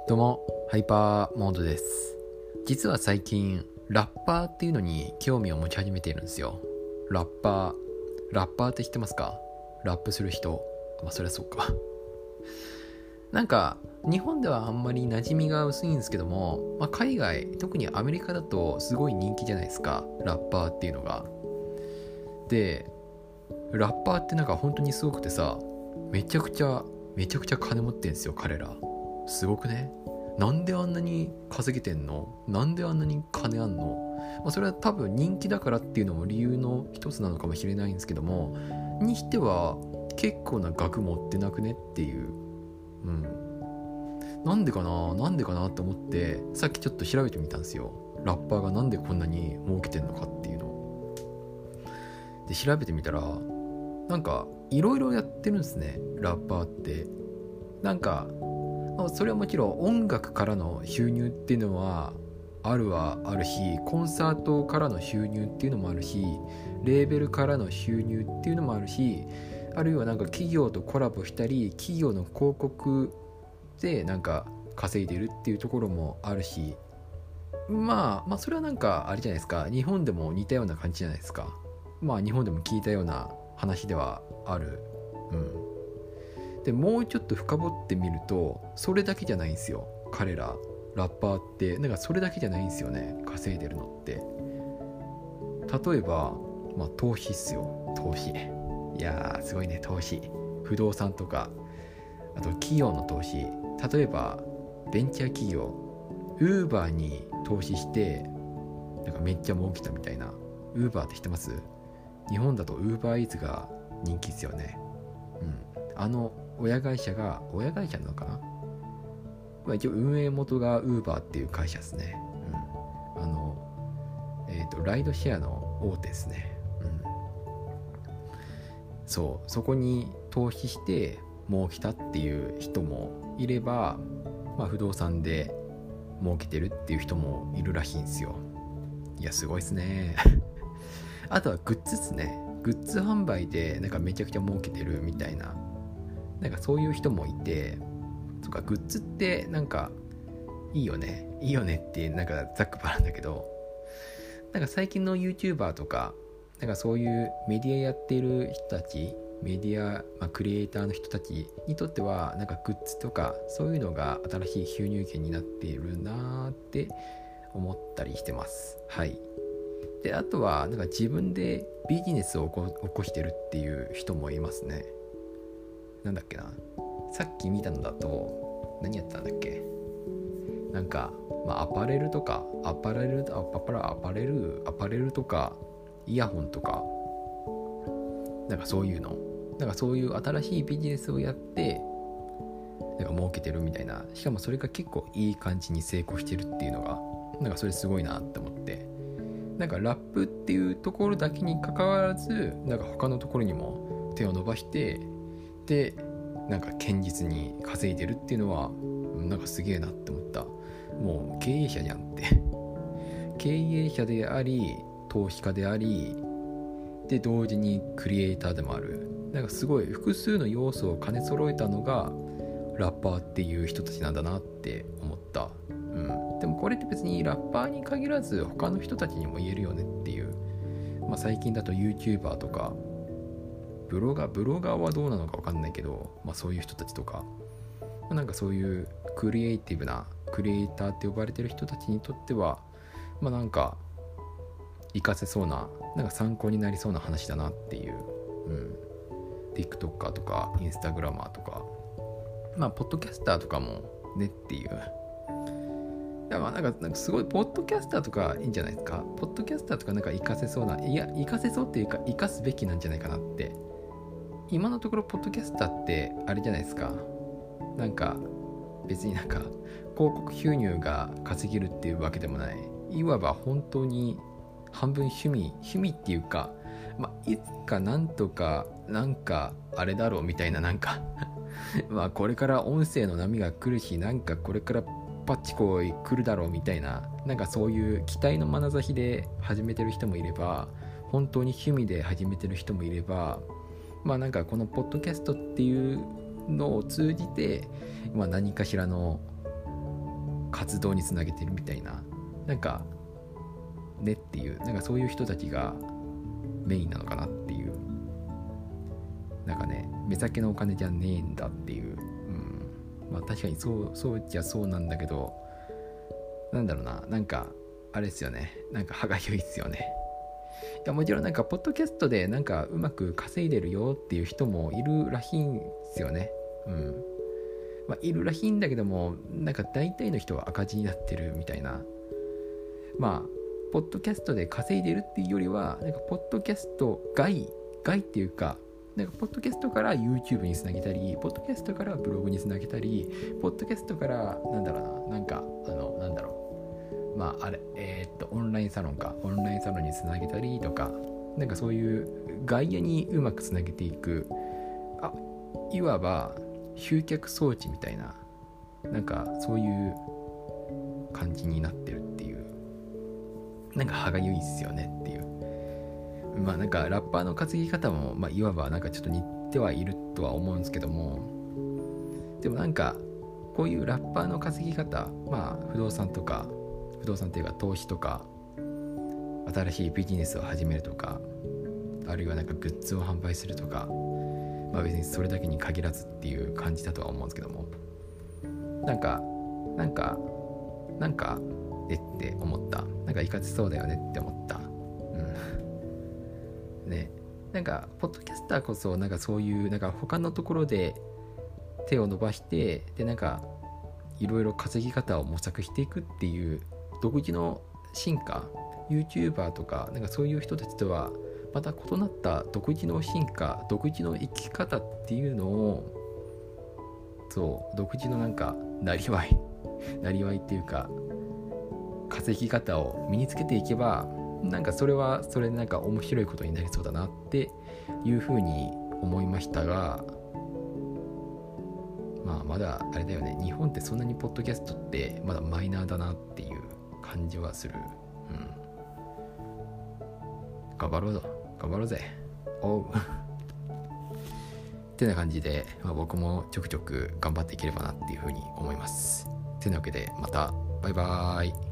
どうもハイパーモードです。実は最近ラッパーっていうのに興味を持ち始めているんですよ。ラッパーって知ってますか？ラップする人。そりゃそうか。なんか日本ではあんまり馴染みが薄いんですけども、海外、特にアメリカだとすごい人気じゃないですか、ラッパーっていうのが。でラッパーってなんか本当にすごくてさ、めちゃくちゃ金持ってんですよ、彼ら。すごくね。なんであんなに稼げてんの？なんであんなに金あんの？それは多分人気だからっていうのも理由の一つなのかもしれないんですけども、にしては結構な額持ってなくねっていう。なんでかなって思ってさっきちょっと調べてみたんですよ。ラッパーがなんでこんなに儲けてんのかっていうので、調べてみたらなんかいろいろやってるんですね、ラッパーって。なんかそれはもちろん音楽からの収入っていうのはあるし、コンサートからの収入っていうのもあるし、レーベルからの収入っていうのもあるし、あるいはなんか企業とコラボしたり、企業の広告でなんか稼いでるっていうところもあるし、それはなんかあれじゃないですか、日本でも似たような感じじゃないですか。日本でも聞いたような話ではある。でもうちょっと深掘ってみると、それだけじゃないんですよ、彼らラッパーって。なんかそれだけじゃないんですよね、稼いでるのって。例えば投資っすよ、投資。いやーすごいね、投資。不動産とか、あと企業の投資。例えばベンチャー企業、ウーバーに投資してなんかめっちゃ儲けたみたいな。ウーバーって知ってます？日本だとウーバーイーツが人気ですよね。親会社なのかな、一応運営元がウーバーっていう会社ですね。ライドシェアの大手ですね。そこに投資して儲けたっていう人もいれば、不動産で儲けてるっていう人もいるらしいんですよ。いやすごいですね。あとはグッズですね。グッズ販売でなんかめちゃくちゃ儲けてるみたいな、なんかそういう人もいて、とかグッズってなんかいいよねってなんかざっくばらんだけど、なんか最近の YouTuber とかなんかそういうメディアやっている人たち、メディア、クリエイターの人たちにとってはなんかグッズとかそういうのが新しい収入源になっているなーって思ったりしてます。はい。であとはなんか自分でビジネスを起こしてるっていう人もいますね。なんだっけな、さっき見たのだと何やったんだっけ、なんか、アパレルとかアパレルとかイヤホンとか、なんかそういう新しいビジネスをやってなんか儲けてるみたいな。しかもそれが結構いい感じに成功してるっていうのがなんかそれすごいなって思って、なんかラップっていうところだけに関わらずなんか他のところにも手を伸ばしてでなんか堅実に稼いでるっていうのはなんかすげえなって思った。もう経営者じゃんって。経営者であり投資家でありで同時にクリエイターでもある、なんかすごい複数の要素を兼ね揃えたのがラッパーっていう人たちなんだなって思った。でもこれって別にラッパーに限らず他の人たちにも言えるよねっていう。最近だと YouTuber とかブロガーはどうなのか分かんないけど、そういう人たちとか、なんかそういうクリエイティブなクリエイターって呼ばれてる人たちにとってはなんか活かせそうな、なんか参考になりそうな話だなっていう。TikToker とか Instagramer とかポッドキャスターとかもねっていう。なんかすごいポッドキャスターとかいいんじゃないですか。ポッドキャスターとかなんか活かせそうな、活かせそうっていうか活かすべきなんじゃないかなって。今のところポッドキャスターってあれじゃないですか、なんか別になんか広告収入が稼げるっていうわけでもない、いわば本当に半分趣味っていうか、いつかなんとかなんかあれだろうみたいな、なんかこれから音声の波が来るし、なんかこれからパッチコイ来るだろうみたいな、なんかそういう期待の眼差しで始めてる人もいれば、本当に趣味で始めてる人もいれば、なんかこのポッドキャストっていうのを通じて、何かしらの活動につなげてるみたいな、なんかねっていう、なんかそういう人たちがメインなのかなっていう、なんかね、目先のお金じゃねえんだっていう、まあ確かにそうじゃそうなんだけど、なんだろうな、なんかあれですよね、なんか歯がゆいっすよね。いやもちろんなんかポッドキャストでなんかうまく稼いでるよっていう人もいるらしいんですよね。まあいるらしいんだけども、なんか大体の人は赤字になってるみたいな。まあポッドキャストで稼いでるっていうよりは、なんかポッドキャスト外っていうか、なんかポッドキャストから YouTube につなげたり、ポッドキャストからブログにつなげたり、ポッドキャストからなんだろうな、なんかなんだろう、まああれオンラインサロンにつなげたりとか、なんかそういう外野にうまくつなげていく、いわば集客装置みたいな、なんかそういう感じになってるっていう、なんか歯がゆいっすよねっていう。まあなんかラッパーの稼ぎ方も、まあいわばなんかちょっと似てはいるとは思うんですけども、でもなんかこういうラッパーの稼ぎ方、まあ不動産っていうか投資とか、新しいビジネスを始めるとか、あるいはなんかグッズを販売するとか、まあ別にそれだけに限らずっていう感じだとは思うんですけども、なんかって思った。なんかいかつそうだよねって思った。ね、なんかポッドキャスターこそなんかそういうなんか他のところで手を伸ばして、でなんかいろいろ稼ぎ方を模索していくっていう独自の進化、 YouTuber とかなんかそういう人たちとはまた異なった独自の進化、独自の生き方っていうのを、そう独自のなんかなりわいっていうか稼ぎ方を身につけていけば、なんかそれはそれでなんか面白いことになりそうだなっていうふうに思いましたが、まあまだあれだよね、日本ってそんなにポッドキャストってまだマイナーだなっていう感じはする。頑張ろうぜおうってな感じで、まあ、僕もちょくちょく頑張っていければなっていうふうに思います。てなわけでまたバイバーイ。